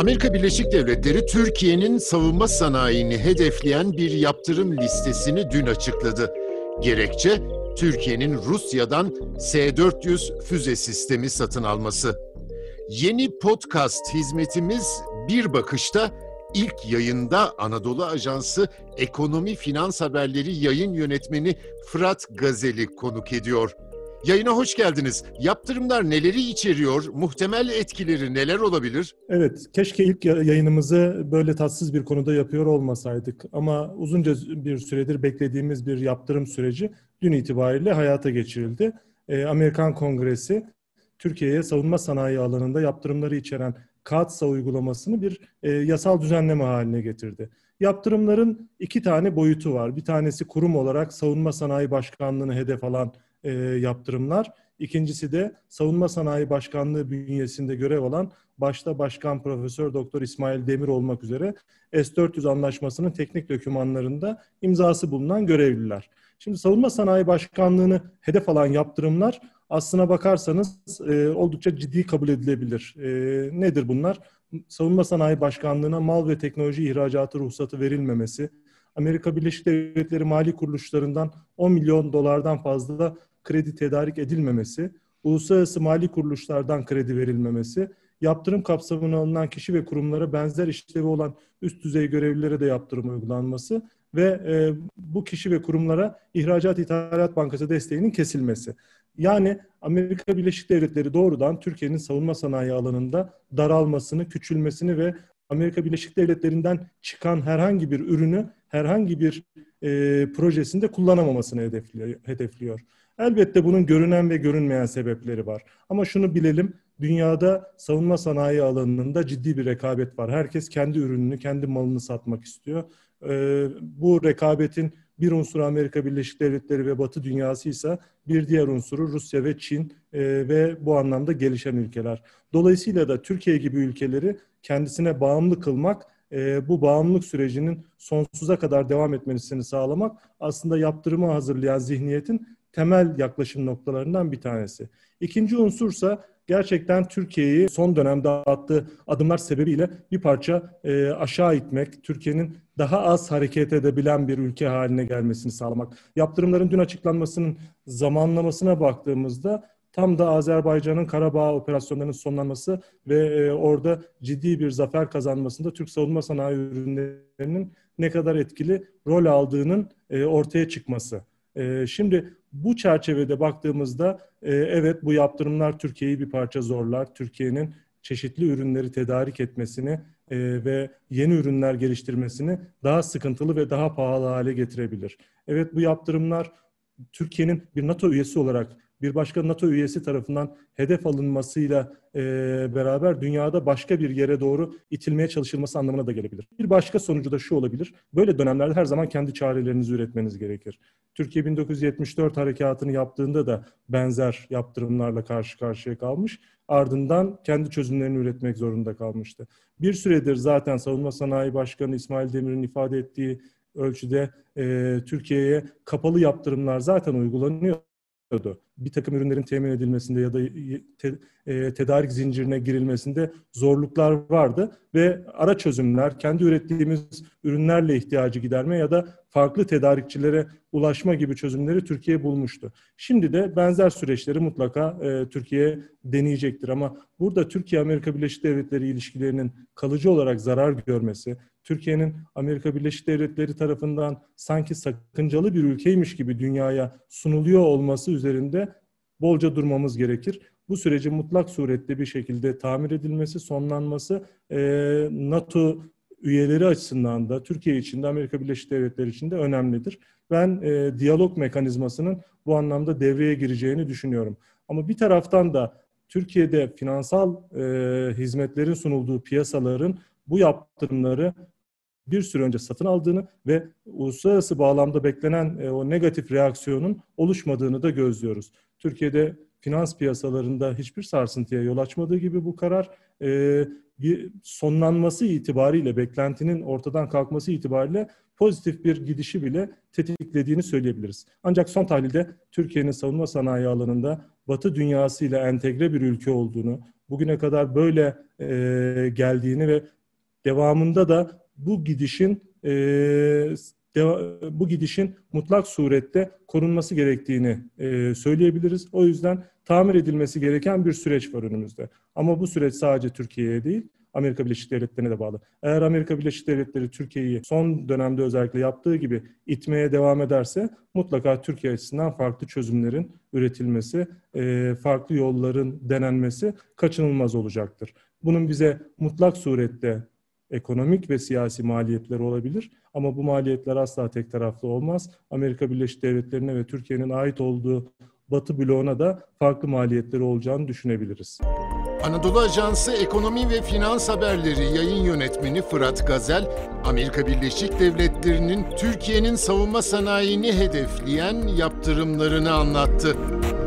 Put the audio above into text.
Amerika Birleşik Devletleri, Türkiye'nin savunma sanayini hedefleyen bir yaptırım listesini dün açıkladı. Gerekçe, Türkiye'nin Rusya'dan S-400 füze sistemi satın alması. Yeni podcast hizmetimiz Bir Bakış'ta ilk yayında Anadolu Ajansı Ekonomi Finans Haberleri yayın yönetmeni Fırat Gazel'i konuk ediyor. Yayına hoş geldiniz. Yaptırımlar neleri içeriyor? Muhtemel etkileri neler olabilir? Evet, keşke ilk yayınımızı böyle tatsız bir konuda yapıyor olmasaydık. Ama uzunca bir süredir beklediğimiz bir yaptırım süreci dün itibariyle hayata geçirildi. Amerikan Kongresi, Türkiye'ye savunma sanayi alanında yaptırımları içeren KATSA uygulamasını bir yasal düzenleme haline getirdi. Yaptırımların iki tane boyutu var. Bir tanesi kurum olarak Savunma Sanayi Başkanlığı'nı hedef alan yaptırımlar. İkincisi de Savunma Sanayi Başkanlığı bünyesinde görev alan başta Başkan Profesör Doktor İsmail Demir olmak üzere S-400 anlaşmasının teknik dokümanlarında imzası bulunan görevliler. Şimdi Savunma Sanayi Başkanlığı'nı hedef alan yaptırımlar aslına bakarsanız oldukça ciddi kabul edilebilir. Nedir bunlar? Savunma Sanayi Başkanlığı'na mal ve teknoloji ihracatı ruhsatı verilmemesi, Amerika Birleşik Devletleri mali kuruluşlarından 10 milyon dolardan fazla kredi tedarik edilmemesi, uluslararası mali kuruluşlardan kredi verilmemesi, yaptırım kapsamına alınan kişi ve kurumlara benzer işlevi olan üst düzey görevlilere de yaptırım uygulanması ve bu kişi ve kurumlara İhracat İthalat Bankası desteğinin kesilmesi. Yani Amerika Birleşik Devletleri doğrudan Türkiye'nin savunma sanayi alanında daralmasını, küçülmesini ve Amerika Birleşik Devletleri'nden çıkan herhangi bir ürünü herhangi bir projesinde kullanamamasını hedefliyor. Elbette bunun görünen ve görünmeyen sebepleri var. Ama şunu bilelim, dünyada savunma sanayi alanında ciddi bir rekabet var. Herkes kendi ürününü, kendi malını satmak istiyor. Bu rekabetin bir unsuru Amerika Birleşik Devletleri ve Batı dünyası ise bir diğer unsuru Rusya ve Çin ve bu anlamda gelişen ülkeler. Dolayısıyla da Türkiye gibi ülkeleri kendisine bağımlı kılmak, bu bağımlılık sürecinin sonsuza kadar devam etmesini sağlamak aslında yaptırımı hazırlayan zihniyetin temel yaklaşım noktalarından bir tanesi. İkinci unsursa gerçekten Türkiye'yi son dönemde attığı adımlar sebebiyle bir parça aşağı itmek, Türkiye'nin daha az hareket edebilen bir ülke haline gelmesini sağlamak. Yaptırımların dün açıklanmasının zamanlamasına baktığımızda tam da Azerbaycan'ın Karabağ operasyonlarının sonlanması ve orada ciddi bir zafer kazanmasında Türk savunma sanayi ürünlerinin ne kadar etkili rol aldığının ortaya çıkması. Şimdi bu çerçevede baktığımızda evet, bu yaptırımlar Türkiye'yi bir parça zorlar. Türkiye'nin çeşitli ürünleri tedarik etmesini ve yeni ürünler geliştirmesini daha sıkıntılı ve daha pahalı hale getirebilir. Evet, bu yaptırımlar Türkiye'nin bir NATO üyesi olarak bir başka NATO üyesi tarafından hedef alınmasıyla beraber dünyada başka bir yere doğru itilmeye çalışılması anlamına da gelebilir. Bir başka sonucu da şu olabilir: böyle dönemlerde her zaman kendi çarelerinizi üretmeniz gerekir. Türkiye 1974 harekatını yaptığında da benzer yaptırımlarla karşı karşıya kalmış. Ardından kendi çözümlerini üretmek zorunda kalmıştı. Bir süredir zaten Savunma Sanayi Başkanı İsmail Demir'in ifade ettiği ölçüde Türkiye'ye kapalı yaptırımlar zaten uygulanıyor. Bir takım ürünlerin temin edilmesinde ya da tedarik zincirine girilmesinde zorluklar vardı ve ara çözümler, kendi ürettiğimiz ürünlerle ihtiyacı giderme ya da farklı tedarikçilere ulaşma gibi çözümleri Türkiye bulmuştu. Şimdi de benzer süreçleri mutlaka Türkiye deneyecektir ama burada Türkiye-Amerika Birleşik Devletleri ilişkilerinin kalıcı olarak zarar görmesi, Türkiye'nin Amerika Birleşik Devletleri tarafından sanki sakıncalı bir ülkeymiş gibi dünyaya sunuluyor olması üzerinde bolca durmamız gerekir. Bu sürecin mutlak surette bir şekilde tamir edilmesi, sonlanması NATO üyeleri açısından da Türkiye için de Amerika Birleşik Devletleri için de önemlidir. Ben diyalog mekanizmasının bu anlamda devreye gireceğini düşünüyorum. Ama bir taraftan da Türkiye'de finansal hizmetlerin sunulduğu piyasaların bu yaptırımları bir süre önce satın aldığını ve uluslararası bağlamda beklenen o negatif reaksiyonun oluşmadığını da gözlüyoruz. Türkiye'de finans piyasalarında hiçbir sarsıntıya yol açmadığı gibi bu karar bir sonlanması itibariyle, beklentinin ortadan kalkması itibariyle pozitif bir gidişi bile tetiklediğini söyleyebiliriz. Ancak son tahlilde Türkiye'nin savunma sanayi alanında Batı dünyasıyla entegre bir ülke olduğunu, bugüne kadar böyle geldiğini ve devamında da bu gidişin mutlak surette korunması gerektiğini söyleyebiliriz. O yüzden tamir edilmesi gereken bir süreç var önümüzde. Ama bu süreç sadece Türkiye'ye değil, Amerika Birleşik Devletleri'ne de bağlı. Eğer Amerika Birleşik Devletleri Türkiye'yi son dönemde özellikle yaptığı gibi itmeye devam ederse mutlaka Türkiye açısından farklı çözümlerin üretilmesi, farklı yolların denenmesi kaçınılmaz olacaktır. Bunun bize mutlak surette ekonomik ve siyasi maliyetleri olabilir ama bu maliyetler asla tek taraflı olmaz. Amerika Birleşik Devletleri'ne ve Türkiye'nin ait olduğu Batı bloğuna da farklı maliyetleri olacağını düşünebiliriz. Anadolu Ajansı Ekonomi ve Finans Haberleri yayın yönetmeni Fırat Gazel, Amerika Birleşik Devletleri'nin Türkiye'nin savunma sanayini hedefleyen yaptırımlarını anlattı.